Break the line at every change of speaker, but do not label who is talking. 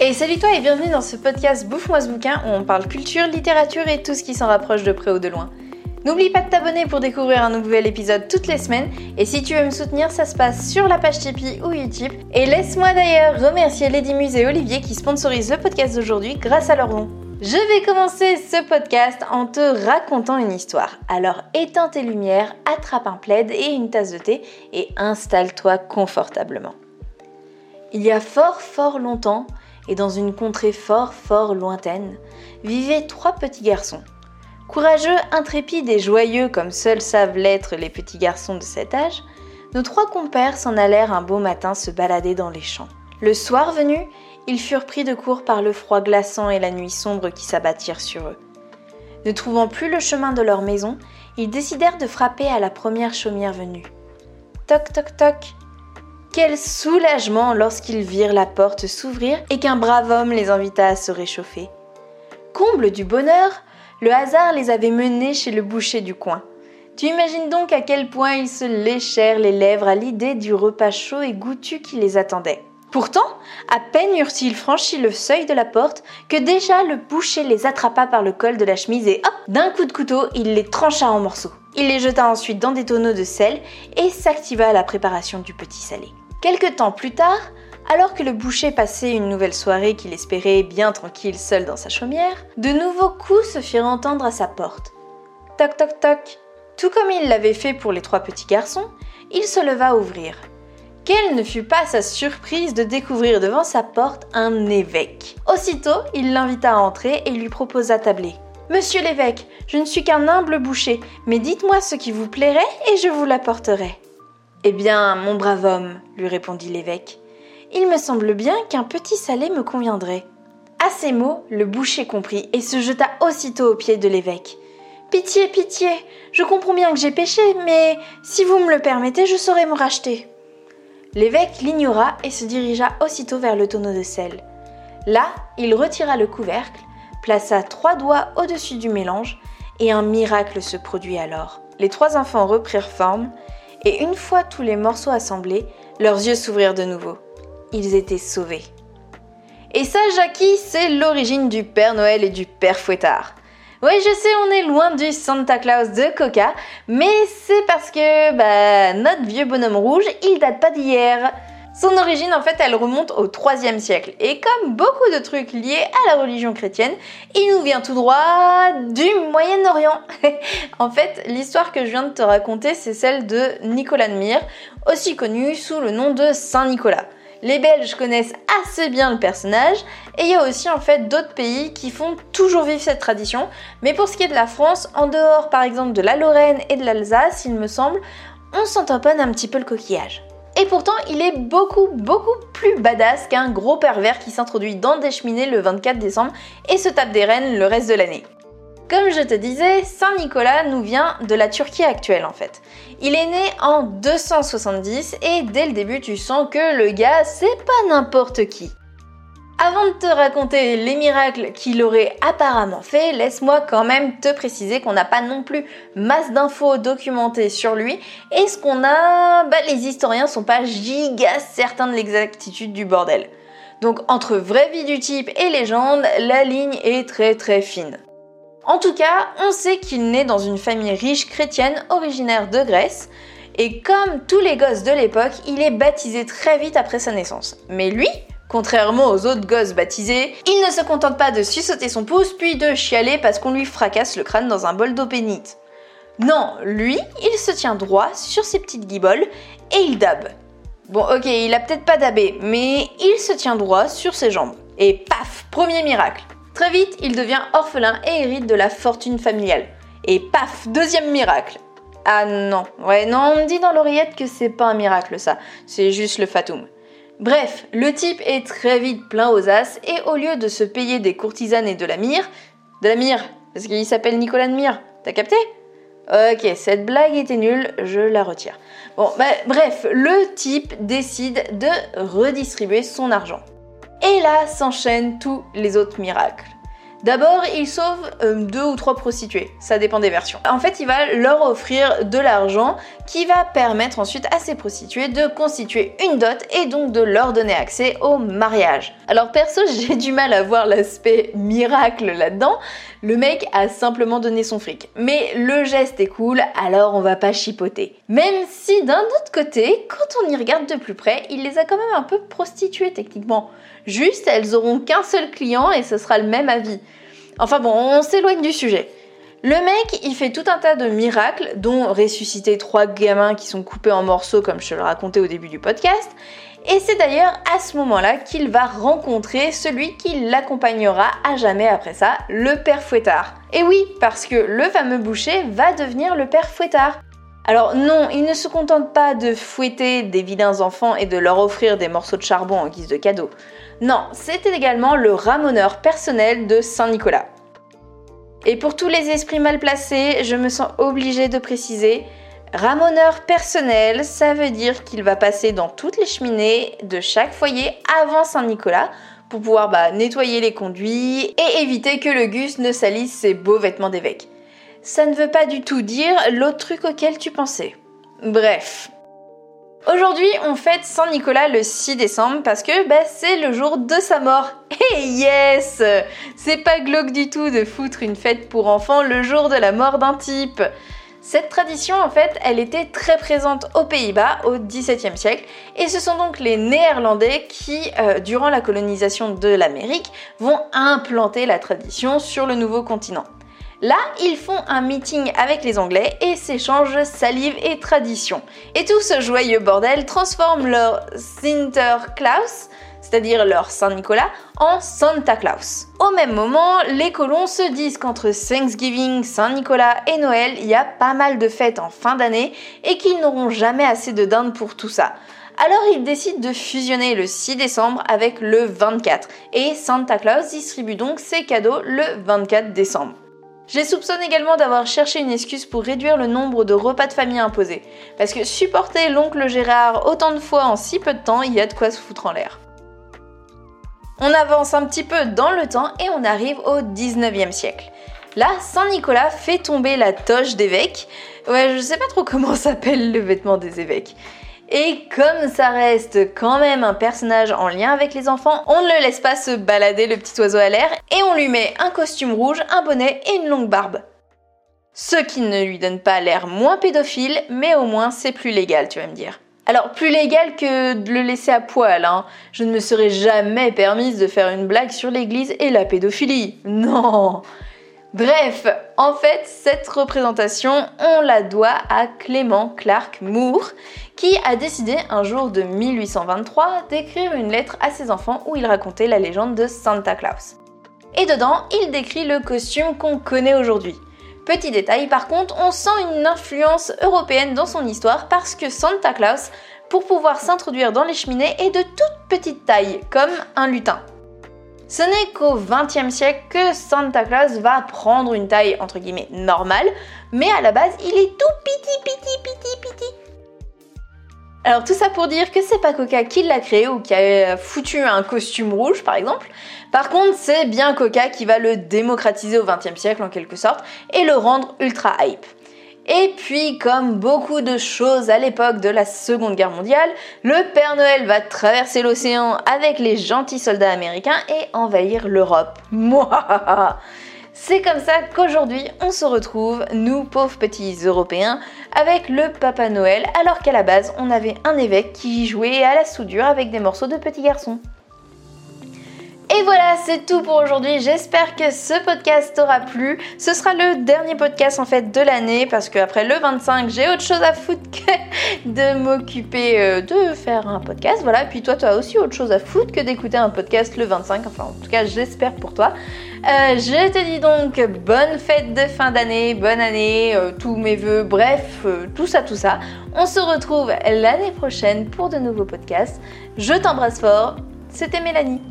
Et salut toi et bienvenue dans ce podcast Bouffe-moi ce bouquin où on parle culture, littérature et tout ce qui s'en rapproche de près ou de loin. N'oublie pas de t'abonner pour découvrir un nouvel épisode toutes les semaines et si tu veux me soutenir, ça se passe sur la page Tipeee ou Utip. Et laisse-moi d'ailleurs remercier Lady Muse et Olivier qui sponsorisent le podcast d'aujourd'hui grâce à leur don. Je vais commencer ce podcast en te racontant une histoire. Alors éteins tes lumières, attrape un plaid et une tasse de thé et installe-toi confortablement. Il y a fort longtemps, et dans une contrée fort lointaine, vivaient 3 petits garçons. Courageux, intrépides et joyeux comme seuls savent l'être les petits garçons de cet âge, nos 3 compères s'en allèrent un beau matin se balader dans les champs. Le soir venu, ils furent pris de court par le froid glaçant et la nuit sombre qui s'abattirent sur eux. Ne trouvant plus le chemin de leur maison, ils décidèrent de frapper à la première chaumière venue. Toc toc toc. Quel soulagement lorsqu'ils virent la porte s'ouvrir et qu'un brave homme les invita à se réchauffer. Comble du bonheur, le hasard les avait menés chez le boucher du coin. Tu imagines donc à quel point ils se léchèrent les lèvres à l'idée du repas chaud et goûtu qui les attendait. Pourtant, à peine eurent-ils franchi le seuil de la porte que déjà le boucher les attrapa par le col de la chemise et hop, d'un coup de couteau, il les trancha en morceaux. Il les jeta ensuite dans des tonneaux de sel et s'activa à la préparation du petit salé. Quelque temps plus tard, alors que le boucher passait une nouvelle soirée qu'il espérait bien tranquille seul dans sa chaumière, de nouveaux coups se firent entendre à sa porte. Toc toc toc. Tout comme il l'avait fait pour les 3 petits garçons, il se leva à ouvrir. Quelle ne fut pas sa surprise de découvrir devant sa porte un évêque. Aussitôt, il l'invita à entrer et lui proposa tabler. « Monsieur l'évêque, je ne suis qu'un humble boucher, mais dites-moi ce qui vous plairait et je vous l'apporterai. » « Eh bien, mon brave homme, lui répondit l'évêque, il me semble bien qu'un petit salé me conviendrait. » À ces mots, le boucher comprit et se jeta aussitôt aux pieds de l'évêque. « Pitié, pitié, je comprends bien que j'ai péché, mais si vous me le permettez, je saurai me racheter. » L'évêque l'ignora et se dirigea aussitôt vers le tonneau de sel. Là, il retira le couvercle, plaça 3 doigts au-dessus du mélange et un miracle se produit alors. Les 3 enfants reprirent forme et une fois tous les morceaux assemblés, leurs yeux s'ouvrirent de nouveau. Ils étaient sauvés. Et ça, Jackie, c'est l'origine du Père Noël et du Père Fouettard. Oui, je sais, on est loin du Santa Claus de Coca, mais c'est parce que notre vieux bonhomme rouge, il date pas d'hier. Son origine, en fait, elle remonte au IIIe siècle. Et comme beaucoup de trucs liés à la religion chrétienne, il nous vient tout droit du Moyen-Orient. En fait, l'histoire que je viens de te raconter, c'est celle de Nicolas de Myre, aussi connu sous le nom de Saint Nicolas. Les Belges connaissent assez bien le personnage et il y a aussi en fait d'autres pays qui font toujours vivre cette tradition. Mais pour ce qui est de la France, en dehors par exemple de la Lorraine et de l'Alsace, il me semble, on s'en tamponne un petit peu le coquillage. Et pourtant, il est beaucoup plus badass qu'un gros pervers qui s'introduit dans des cheminées le 24 décembre et se tape des rennes le reste de l'année. Comme je te disais, Saint Nicolas nous vient de la Turquie actuelle en fait. Il est né en 270 et dès le début tu sens que le gars c'est pas n'importe qui. Avant de te raconter les miracles qu'il aurait apparemment fait, laisse-moi quand même te préciser qu'on n'a pas non plus masse d'infos documentées sur lui et ce qu'on a, les historiens sont pas giga certains de l'exactitude du bordel. Donc entre vraie vie du type et légende, la ligne est très fine. En tout cas, on sait qu'il naît dans une famille riche chrétienne originaire de Grèce et comme tous les gosses de l'époque, il est baptisé très vite après sa naissance. Mais lui, contrairement aux autres gosses baptisés, il ne se contente pas de suçoter son pouce puis de chialer parce qu'on lui fracasse le crâne dans un bol d'eau bénite. Non, lui, il se tient droit sur ses petites guiboles et il dabe. Bon ok, il a peut-être pas dabé, mais il se tient droit sur ses jambes. Et paf, premier miracle. Très vite, il devient orphelin et hérite de la fortune familiale. Et paf, deuxième miracle. Ah non, on me dit dans l'oreillette que c'est pas un miracle ça, c'est juste le fatum. Bref, le type est très vite plein aux as et au lieu de se payer des courtisanes et de la myrrhe, parce qu'il s'appelle Nicolas de Myre, t'as capté ? Ok, cette blague était nulle, je la retire. Bref, le type décide de redistribuer son argent. Et là s'enchaînent tous les autres miracles. D'abord, il sauve 2 ou 3 prostituées, ça dépend des versions. En fait, il va leur offrir de l'argent qui va permettre ensuite à ces prostituées de constituer une dot et donc de leur donner accès au mariage. Alors perso, j'ai du mal à voir l'aspect miracle là-dedans. Le mec a simplement donné son fric. Mais le geste est cool, alors on va pas chipoter. Même si d'un autre côté, quand on y regarde de plus près, il les a quand même un peu prostituées techniquement. Juste, elles auront qu'un seul client et ce sera le même à vie. Enfin bon, on s'éloigne du sujet. Le mec, il fait tout un tas de miracles, dont ressusciter 3 gamins qui sont coupés en morceaux comme je te le racontais au début du podcast. Et c'est d'ailleurs à ce moment-là qu'il va rencontrer celui qui l'accompagnera à jamais après ça, le père Fouettard. Et oui, parce que le fameux boucher va devenir le père Fouettard. Alors non, il ne se contente pas de fouetter des vilains enfants et de leur offrir des morceaux de charbon en guise de cadeau. Non, c'était également le ramoneur personnel de Saint-Nicolas. Et pour tous les esprits mal placés, je me sens obligée de préciser, ramoneur personnel, ça veut dire qu'il va passer dans toutes les cheminées de chaque foyer avant Saint-Nicolas pour pouvoir nettoyer les conduits et éviter que le Gus ne salisse ses beaux vêtements d'évêque. Ça ne veut pas du tout dire l'autre truc auquel tu pensais. Bref. Aujourd'hui, on fête Saint-Nicolas le 6 décembre parce que c'est le jour de sa mort. Et yes! C'est pas glauque du tout de foutre une fête pour enfants le jour de la mort d'un type. Cette tradition, en fait, elle était très présente aux Pays-Bas au XVIIe siècle et ce sont donc les Néerlandais qui, durant la colonisation de l'Amérique, vont implanter la tradition sur le nouveau continent. Là, ils font un meeting avec les Anglais et s'échangent salive et tradition. Et tout ce joyeux bordel transforme leur Sinterklaas, c'est-à-dire leur Saint-Nicolas, en Santa Claus. Au même moment, les colons se disent qu'entre Thanksgiving, Saint-Nicolas et Noël, il y a pas mal de fêtes en fin d'année et qu'ils n'auront jamais assez de dinde pour tout ça. Alors ils décident de fusionner le 6 décembre avec le 24 et Santa Claus distribue donc ses cadeaux le 24 décembre. Je les soupçonne également d'avoir cherché une excuse pour réduire le nombre de repas de famille imposés. Parce que supporter l'oncle Gérard autant de fois en si peu de temps, il y a de quoi se foutre en l'air. On avance un petit peu dans le temps et on arrive au 19e siècle. Là, Saint-Nicolas fait tomber la toge d'évêque. Ouais, je sais pas trop comment s'appelle le vêtement des évêques. Et comme ça reste quand même un personnage en lien avec les enfants, on ne le laisse pas se balader le petit oiseau à l'air et on lui met un costume rouge, un bonnet et une longue barbe. Ce qui ne lui donne pas l'air moins pédophile, mais au moins c'est plus légal, tu vas me dire. Alors plus légal que de le laisser à poil, hein. Je ne me serais jamais permise de faire une blague sur l'église et la pédophilie. Non. Bref, en fait, cette représentation, on la doit à Clement Clarke Moore, qui a décidé un jour de 1823 d'écrire une lettre à ses enfants où il racontait la légende de Santa Claus. Et dedans, il décrit le costume qu'on connaît aujourd'hui. Petit détail, par contre, on sent une influence européenne dans son histoire parce que Santa Claus, pour pouvoir s'introduire dans les cheminées, est de toute petite taille, comme un lutin. Ce n'est qu'au XXe siècle que Santa Claus va prendre une taille entre guillemets normale, mais à la base il est tout petit. Alors tout ça pour dire que c'est pas Coca qui l'a créé ou qui a foutu un costume rouge par exemple. Par contre c'est bien Coca qui va le démocratiser au XXe siècle en quelque sorte et le rendre ultra hype. Et puis, comme beaucoup de choses à l'époque de la Seconde Guerre mondiale, le Père Noël va traverser l'océan avec les gentils soldats américains et envahir l'Europe. Mouah! C'est comme ça qu'aujourd'hui, on se retrouve, nous pauvres petits Européens, avec le Papa Noël, alors qu'à la base, on avait un évêque qui jouait à la soudure avec des morceaux de petits garçons. Et voilà, c'est tout pour aujourd'hui. J'espère que ce podcast t'aura plu. Ce sera le dernier podcast en fait de l'année parce qu'après le 25, j'ai autre chose à foutre que de m'occuper de faire un podcast. Voilà, puis toi, tu as aussi autre chose à foutre que d'écouter un podcast le 25. Enfin, en tout cas, j'espère pour toi. Je te dis donc bonne fête de fin d'année, bonne année, tous mes vœux, bref, tout ça. On se retrouve l'année prochaine pour de nouveaux podcasts. Je t'embrasse fort. C'était Mélanie.